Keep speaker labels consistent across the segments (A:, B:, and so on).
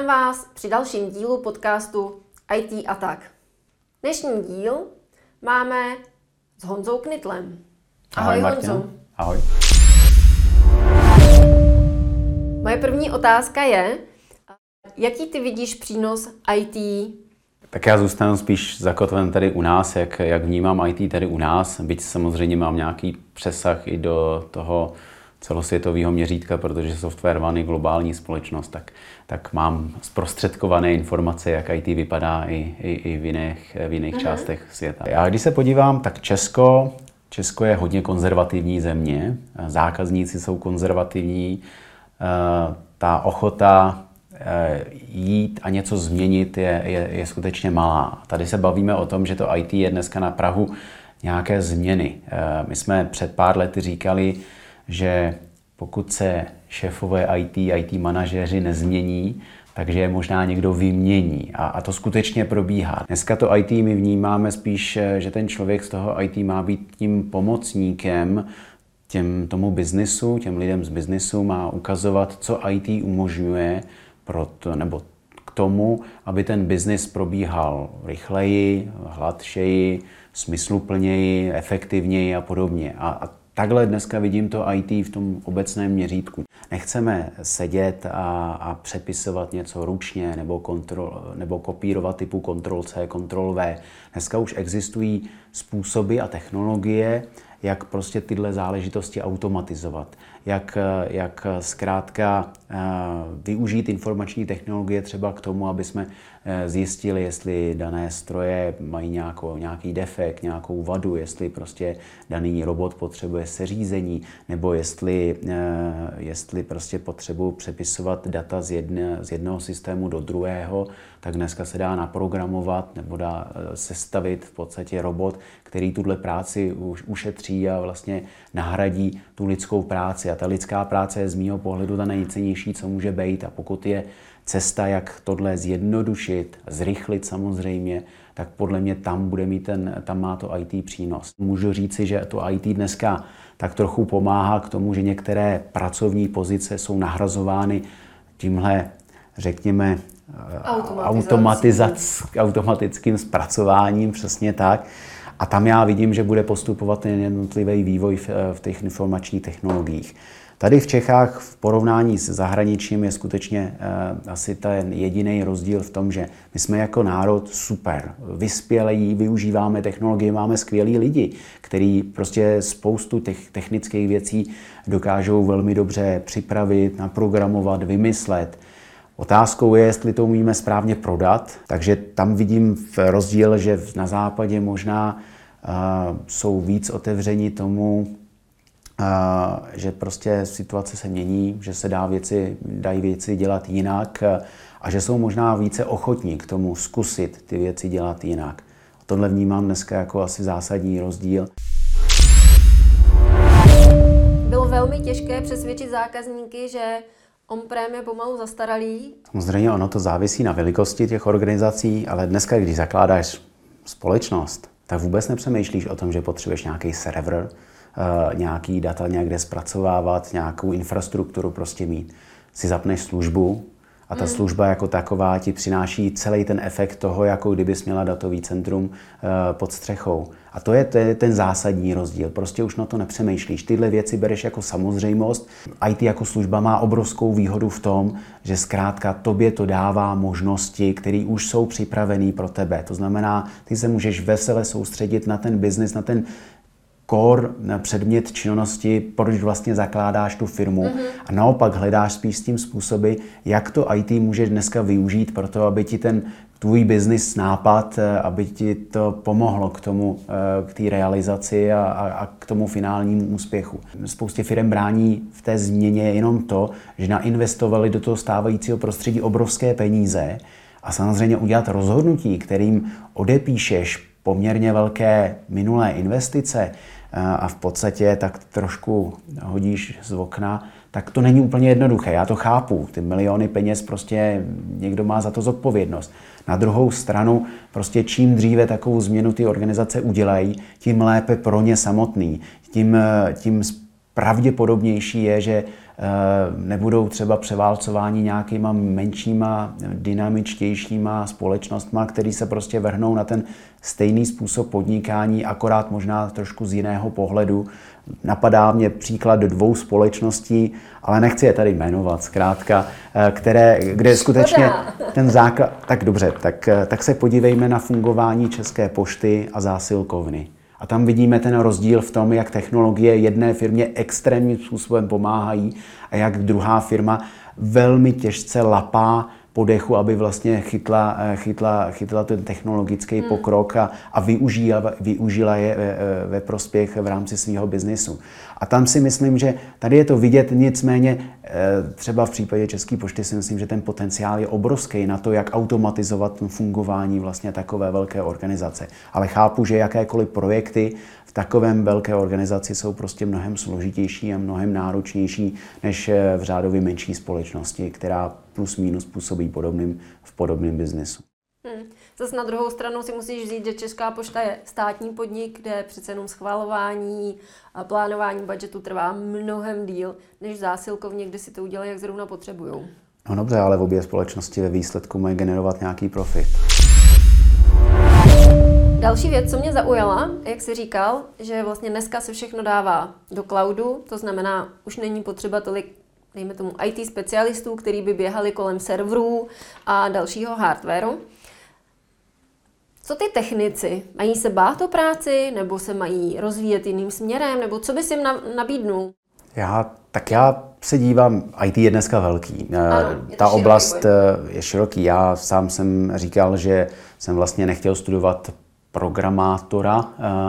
A: vás při dalším dílu podcastu IT a tak. Dnešní díl máme s Honzou Knitlem. Ahoj Honzo.
B: Ahoj.
A: Moje první otázka je, jaký ty vidíš přínos IT?
B: Tak já zůstanu spíš zakotven tady u nás, jak vnímám IT tady u nás, byť samozřejmě mám nějaký přesah i do toho celosvětového měřítka, protože Software One je globální společnost, tak mám zprostředkované informace, jak IT vypadá i v jiných částech světa. Já když se podívám, tak Česko je hodně konzervativní země, zákazníci jsou konzervativní, ta ochota jít a něco změnit je skutečně malá. Tady se bavíme o tom, že to IT je dneska na prahu nějaké změny. My jsme před pár lety říkali, že pokud se šéfové IT manažeři nezmění, takže je možná někdo vymění. A to skutečně probíhá. Dneska to IT my vnímáme spíš, že ten člověk z toho IT má být tím pomocníkem tomu biznisu, těm lidem z biznisu, má ukazovat, co IT umožňuje nebo k tomu, aby ten biznis probíhal rychleji, hladšeji, smysluplněji, efektivněji a podobně. A takhle dneska vidím to IT v tom obecném měřítku. Nechceme sedět a přepisovat něco ručně nebo kopírovat typu Ctrl-C, Ctrl-V. Dneska už existují způsoby a technologie, jak prostě tyhle záležitosti automatizovat. Jak zkrátka využít informační technologie třeba k tomu, aby jsme zjistili, jestli dané stroje mají nějaký defekt, nějakou vadu, jestli prostě daný robot potřebuje seřízení, nebo jestli prostě potřebuji přepisovat data z jednoho systému do druhého, tak dneska se dá naprogramovat nebo dá sestavit v podstatě robot, který tuhle práci už ušetří a vlastně nahradí tu lidskou práci. A ta lidská práce je z mýho pohledu ta nejcennější, co může být. A pokud je cesta, jak tohle zjednodušit, zrychlit samozřejmě, tak podle mě tam má to IT přínos. Můžu říci, že to IT dneska tak trochu pomáhá k tomu, že některé pracovní pozice jsou nahrazovány tímhle, řekněme, automatickým zpracováním, přesně tak. A tam já vidím, že bude postupovat ten jednotlivý vývoj v těch informačních technologiích. Tady v Čechách v porovnání s zahraničím je skutečně asi ten jediný rozdíl v tom, že my jsme jako národ super, vyspělí, využíváme technologie, máme skvělý lidi, kteří prostě spoustu těch technických věcí dokážou velmi dobře připravit, naprogramovat, vymyslet. Otázkou je, jestli to umíme správně prodat, takže tam vidím rozdíl, že na západě možná jsou víc otevření tomu, že prostě situace se mění, že se dají věci dělat jinak a že jsou možná více ochotní k tomu zkusit ty věci dělat jinak. A tohle vnímám dneska jako asi zásadní rozdíl.
A: Bylo velmi těžké přesvědčit zákazníky, že on-prem je pomalu zastaralý.
B: Samozřejmě ono to závisí na velikosti těch organizací, ale dneska, když zakládáš společnost, tak vůbec nepřemýšlíš o tom, že potřebuješ nějaký server, nějaký data někde zpracovávat, nějakou infrastrukturu prostě mít. Si zapneš službu a ta služba jako taková ti přináší celý ten efekt toho, jako kdybys měla datový centrum pod střechou. A to je ten zásadní rozdíl. Prostě už na to nepřemýšlíš. Tyhle věci bereš jako samozřejmost. IT jako služba má obrovskou výhodu v tom, že zkrátka tobě to dává možnosti, které už jsou připravené pro tebe. To znamená, ty se můžeš vesele soustředit na ten biznis, na ten core předmět činnosti, proč vlastně zakládáš tu firmu a naopak hledáš spíš s tím způsoby, jak to IT může dneska využít pro to, aby ti ten tvůj business nápad, aby ti to pomohlo k té realizaci a k tomu finálnímu úspěchu. Spoustě firem brání v té změně jenom to, že nainvestovali do toho stávajícího prostředí obrovské peníze a samozřejmě udělat rozhodnutí, kterým odepíšeš poměrně velké minulé investice a v podstatě tak trošku hodíš z okna, tak to není úplně jednoduché. Já to chápu. Ty miliony peněz prostě někdo má za to zodpovědnost. Na druhou stranu prostě čím dříve takovou změnu ty organizace udělají, tím lépe pro ně samotný. Tím pravděpodobnější je, že nebudou třeba převálcováni nějakýma menšíma, dynamičtějšíma společnostma, který se prostě vrhnou na ten stejný způsob podnikání, akorát možná trošku z jiného pohledu. Napadá mě příklad 2 společností, ale nechci je tady jmenovat, zkrátka, kde skutečně ten základ... Tak dobře, tak se podívejme na fungování České pošty a zásilkovny. A tam vidíme ten rozdíl v tom, jak technologie jedné firmě extrémním způsobem pomáhají a jak druhá firma velmi těžce lapá po dechu, aby vlastně chytla ten technologický pokrok a využila je ve prospěch v rámci svého biznisu. A tam si myslím, že tady je to vidět, nicméně třeba v případě České pošty si myslím, že ten potenciál je obrovský na to, jak automatizovat fungování vlastně takové velké organizace. Ale chápu, že jakékoliv projekty v takovém velké organizaci jsou prostě mnohem složitější a mnohem náročnější než v řádově menší společnosti, která plus minus působí v podobném biznesu.
A: Zase na druhou stranu si musíš říct, že Česká pošta je státní podnik, kde přece jenom schvalování a plánování budžetu trvá mnohem díl než v zásilkovně, kde si to udělají, jak zrovna potřebujou.
B: No dobře, ale v obě společnosti ve výsledku mají generovat nějaký profit.
A: Další věc, co mě zaujala, jak jsi říkal, že vlastně dneska se všechno dává do cloudu, to znamená, už není potřeba tolik, dejme tomu, IT specialistů, který by běhali kolem serverů a dalšího hardwareu. Co ty technici? Mají se bát o práci, nebo se mají rozvíjet jiným směrem, nebo co bys jim nabídnul?
B: Já se dívám, IT je dneska velký.
A: Ano,
B: ta oblast je široký. Já sám jsem říkal, že jsem vlastně nechtěl studovat programátora,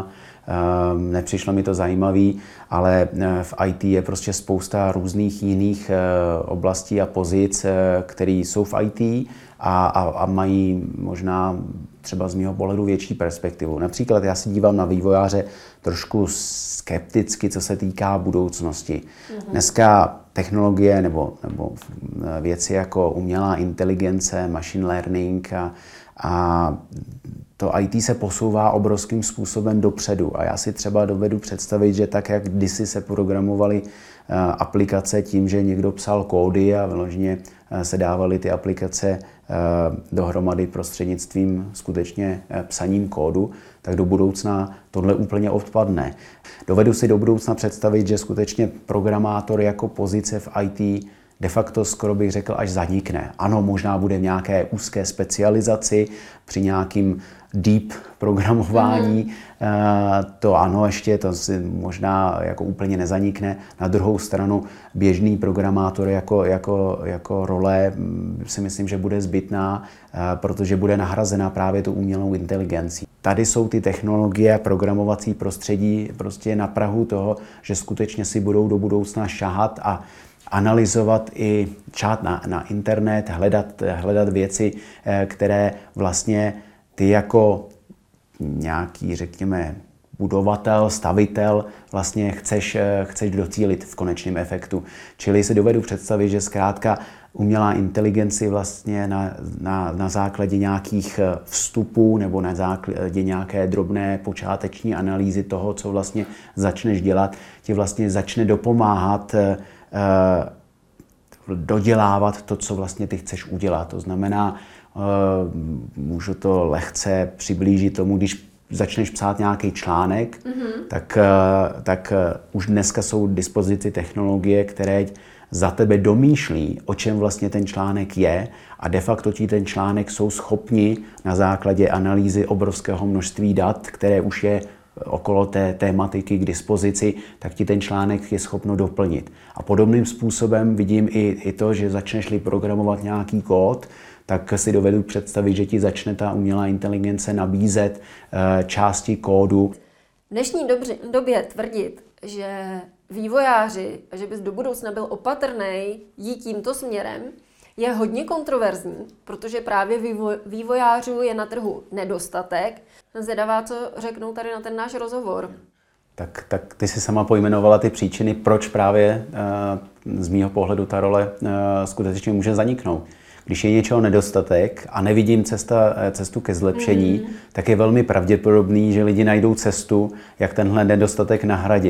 B: nepřišlo mi to zajímavý, ale v IT je prostě spousta různých jiných oblastí a pozic, které jsou v IT a mají možná třeba z mého pohledu větší perspektivu. Například já se dívám na vývojáře trošku skepticky, co se týká budoucnosti. Dneska technologie nebo věci jako umělá inteligence, machine learning a to IT se posouvá obrovským způsobem dopředu a já si třeba dovedu představit, že tak, jak kdysi se programovaly aplikace tím, že někdo psal kódy a vyloženě se dávaly ty aplikace dohromady prostřednictvím skutečně psaním kódu, tak do budoucna tohle úplně odpadne. Dovedu si do budoucna představit, že skutečně programátor jako pozice v IT de facto skoro bych řekl, až zanikne. Ano, možná bude v nějaké úzké specializaci, při nějakým deep programování, to ano, ještě to si možná jako úplně nezanikne. Na druhou stranu běžný programátor jako role si myslím, že bude zbytná, protože bude nahrazena právě tu umělou inteligencí. Tady jsou ty technologie a programovací prostředí prostě na prahu toho, že skutečně si budou do budoucna šahat a analyzovat i čát na internet, hledat věci, které vlastně ty jako nějaký, řekněme, budovatel, stavitel vlastně chceš docílit v konečném efektu. Čili si dovedu představit, že zkrátka umělá inteligenci vlastně na základě nějakých vstupů nebo na základě nějaké drobné počáteční analýzy toho, co vlastně začneš dělat, ti vlastně začne dopomáhat dodělávat to, co vlastně ty chceš udělat. To znamená, můžu to lehce přiblížit tomu, když začneš psát nějaký článek, tak už dneska jsou k dispozici technologie, které za tebe domýšlí, o čem vlastně ten článek je a de facto ti ten článek jsou schopni na základě analýzy obrovského množství dat, které už je okolo té tématiky k dispozici, tak ti ten článek je schopno doplnit. A podobným způsobem vidím i to, že začneš-li programovat nějaký kód, tak si dovedu představit, že ti začne ta umělá inteligence nabízet části kódu.
A: V dnešní době tvrdit, že vývojáři, že bys do budoucna byl opatrný jít tímto směrem, je hodně kontroverzní, protože právě vývojářů je na trhu nedostatek. Zvědavá, co řeknou tady na ten náš rozhovor.
B: Tak ty si sama pojmenovala ty příčiny, proč právě z mýho pohledu ta role skutečně může zaniknout. Když je něčeho nedostatek a nevidím cestu ke zlepšení, tak je velmi pravděpodobný, že lidi najdou cestu, jak tenhle nedostatek nahradit.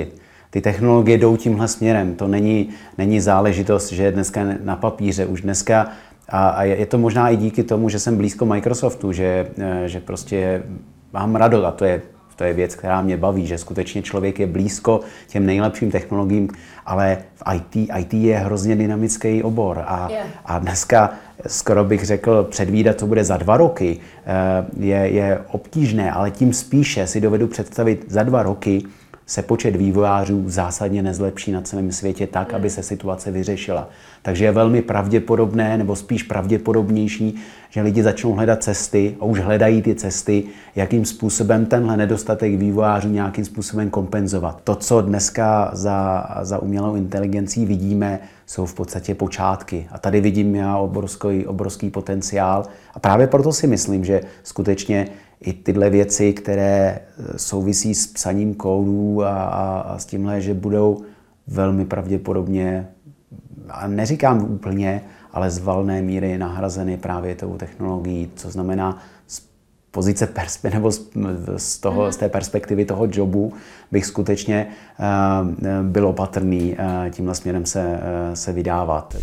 B: Ty technologie jdou tímhle směrem. To není záležitost, že dneska na papíře. Už dneska, a je to možná i díky tomu, že jsem blízko Microsoftu, že prostě mám radost a to je věc, která mě baví, že skutečně člověk je blízko těm nejlepším technologiím, ale v IT je hrozně dynamický obor a dneska skoro bych řekl, předvídat, co bude za 2 roky, je obtížné, ale tím spíše si dovedu představit, za 2 roky se počet vývojářů zásadně nezlepší na celém světě tak, aby se situace vyřešila. Takže je velmi pravděpodobné, nebo spíš pravděpodobnější, že lidi začnou hledat cesty a už hledají ty cesty, jakým způsobem tenhle nedostatek vývojářů nějakým způsobem kompenzovat. To, co dneska za umělou inteligencí vidíme, jsou v podstatě počátky. A tady vidím já obrovský potenciál. A právě proto si myslím, že skutečně i tyhle věci, které souvisí s psaním kódů a s tímhle, že budou velmi pravděpodobně, a neříkám úplně, ale z valné míry nahrazeny právě tou technologií, co znamená z pozice nebo z té perspektivy toho jobu bych skutečně byl opatrný tímhle směrem se vydávat.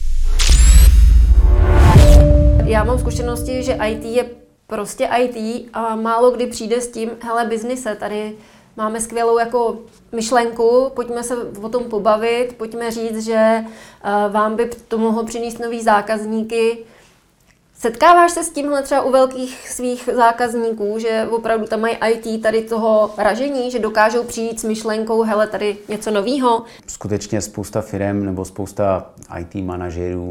A: Já mám zkušenosti, že IT je prostě IT a málo kdy přijde s tím, hele, biznise, tady máme skvělou jako myšlenku, pojďme se o tom pobavit, pojďme říct, že vám by to mohlo přinést nový zákazníky. Setkáváš se s tímhle třeba u velkých svých zákazníků, že opravdu tam mají IT tady toho ražení, že dokážou přijít s myšlenkou, hele, tady něco novýho?
B: Skutečně spousta firem nebo spousta IT manažerů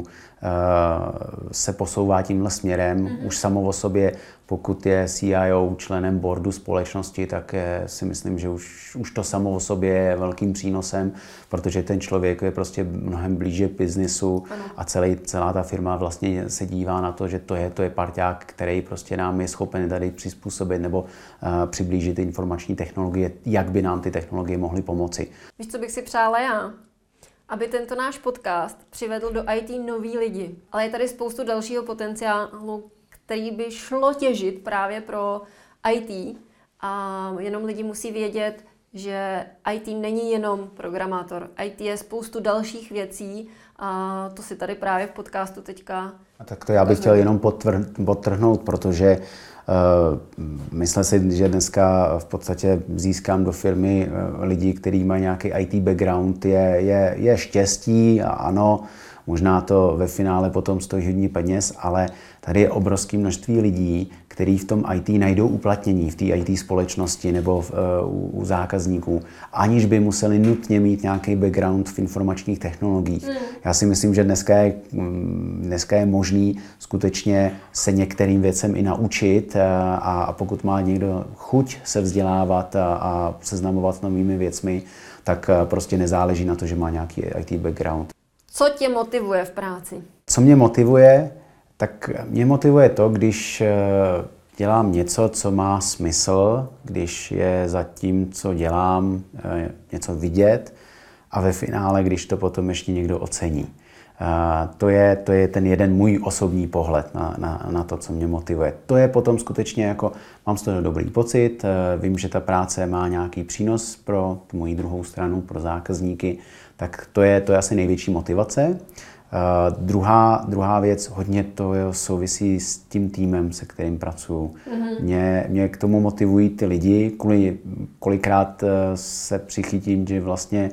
B: se posouvá tímhle směrem. Už samo o sobě, pokud je CIO členem boardu společnosti, tak si myslím, že už to samo o sobě je velkým přínosem, protože ten člověk je prostě mnohem blíže biznisu a celá ta firma vlastně se dívá na to, že to je parťák, který prostě nám je schopen tady přizpůsobit nebo přiblížit informační technologie, jak by nám ty technologie mohly pomoci.
A: Víš, co bych si přála já? Aby tento náš podcast přivedl do IT nový lidi. Ale je tady spoustu dalšího potenciálu, který by šlo těžit právě pro IT. A jenom lidi musí vědět, že IT není jenom programátor. IT je spoustu dalších věcí a to si tady právě v podcastu teďka...
B: A tak to já bych chtěl jenom podtrhnout, protože myslím si, že dneska v podstatě získám do firmy lidi, kteří mají nějaký IT background, je štěstí a ano, možná to ve finále potom stojí hodně peněz, ale tady je obrovské množství lidí, kteří v tom IT najdou uplatnění v té IT společnosti nebo u zákazníků, aniž by museli nutně mít nějaký background v informačních technologiích. Já si myslím, že dneska je možný skutečně se některým věcem i naučit a pokud má někdo chuť se vzdělávat a seznamovat s novými věcmi, tak prostě nezáleží na to, že má nějaký IT background.
A: Co tě motivuje v práci?
B: Co mě motivuje? Tak mě motivuje to, když dělám něco, co má smysl, když je za tím, co dělám, něco vidět a ve finále, když to potom ještě někdo ocení. To je ten jeden můj osobní pohled na to, co mě motivuje. To je potom skutečně jako, mám z toho dobrý pocit, vím, že ta práce má nějaký přínos pro tu moji druhou stranu, pro zákazníky, tak to je asi největší motivace. Druhá věc, hodně to souvisí s tím týmem, se kterým pracuju. Mě k tomu motivují ty lidi, kolikrát se přichytím, že vlastně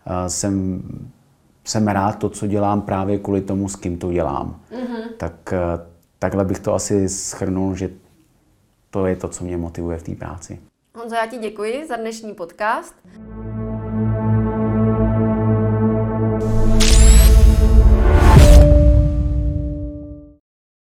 B: jsem rád to, co dělám právě kvůli tomu, s kým to dělám. Takhle bych to asi shrnul, že to je to, co mě motivuje v té práci.
A: Honzo, já ti děkuji za dnešní podcast.